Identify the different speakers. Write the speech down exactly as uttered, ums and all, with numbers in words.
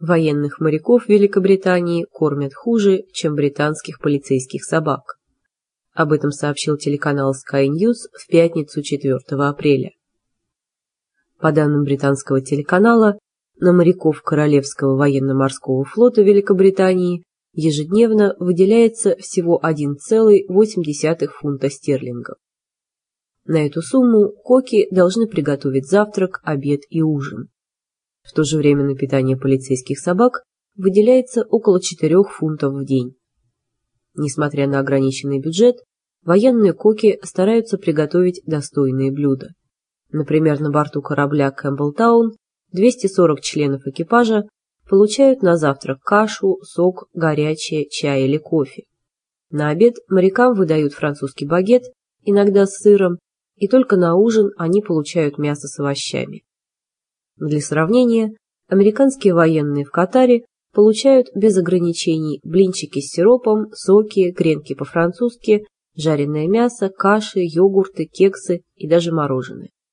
Speaker 1: Военных моряков Великобритании кормят хуже, чем британских полицейских собак. Об этом сообщил телеканал Sky News в пятницу четвёртого апреля. По данным британского телеканала, на моряков Королевского военно-морского флота Великобритании ежедневно выделяется всего один целых восемь десятых фунта стерлингов. На эту сумму коки должны приготовить завтрак, обед и ужин. В то же время на питание полицейских собак выделяется около четырёх фунтов в день. Несмотря на ограниченный бюджет, военные коки стараются приготовить достойные блюда. Например, на борту корабля Кэмпбелтаун двести сорок членов экипажа получают на завтрак кашу, сок, горячее, чай или кофе. На обед морякам выдают французский багет, иногда с сыром, и только на ужин они получают мясо с овощами. Для сравнения, американские военные в Катаре получают без ограничений блинчики с сиропом, соки, гренки по-французски, жареное мясо, каши, йогурты, кексы и даже мороженое.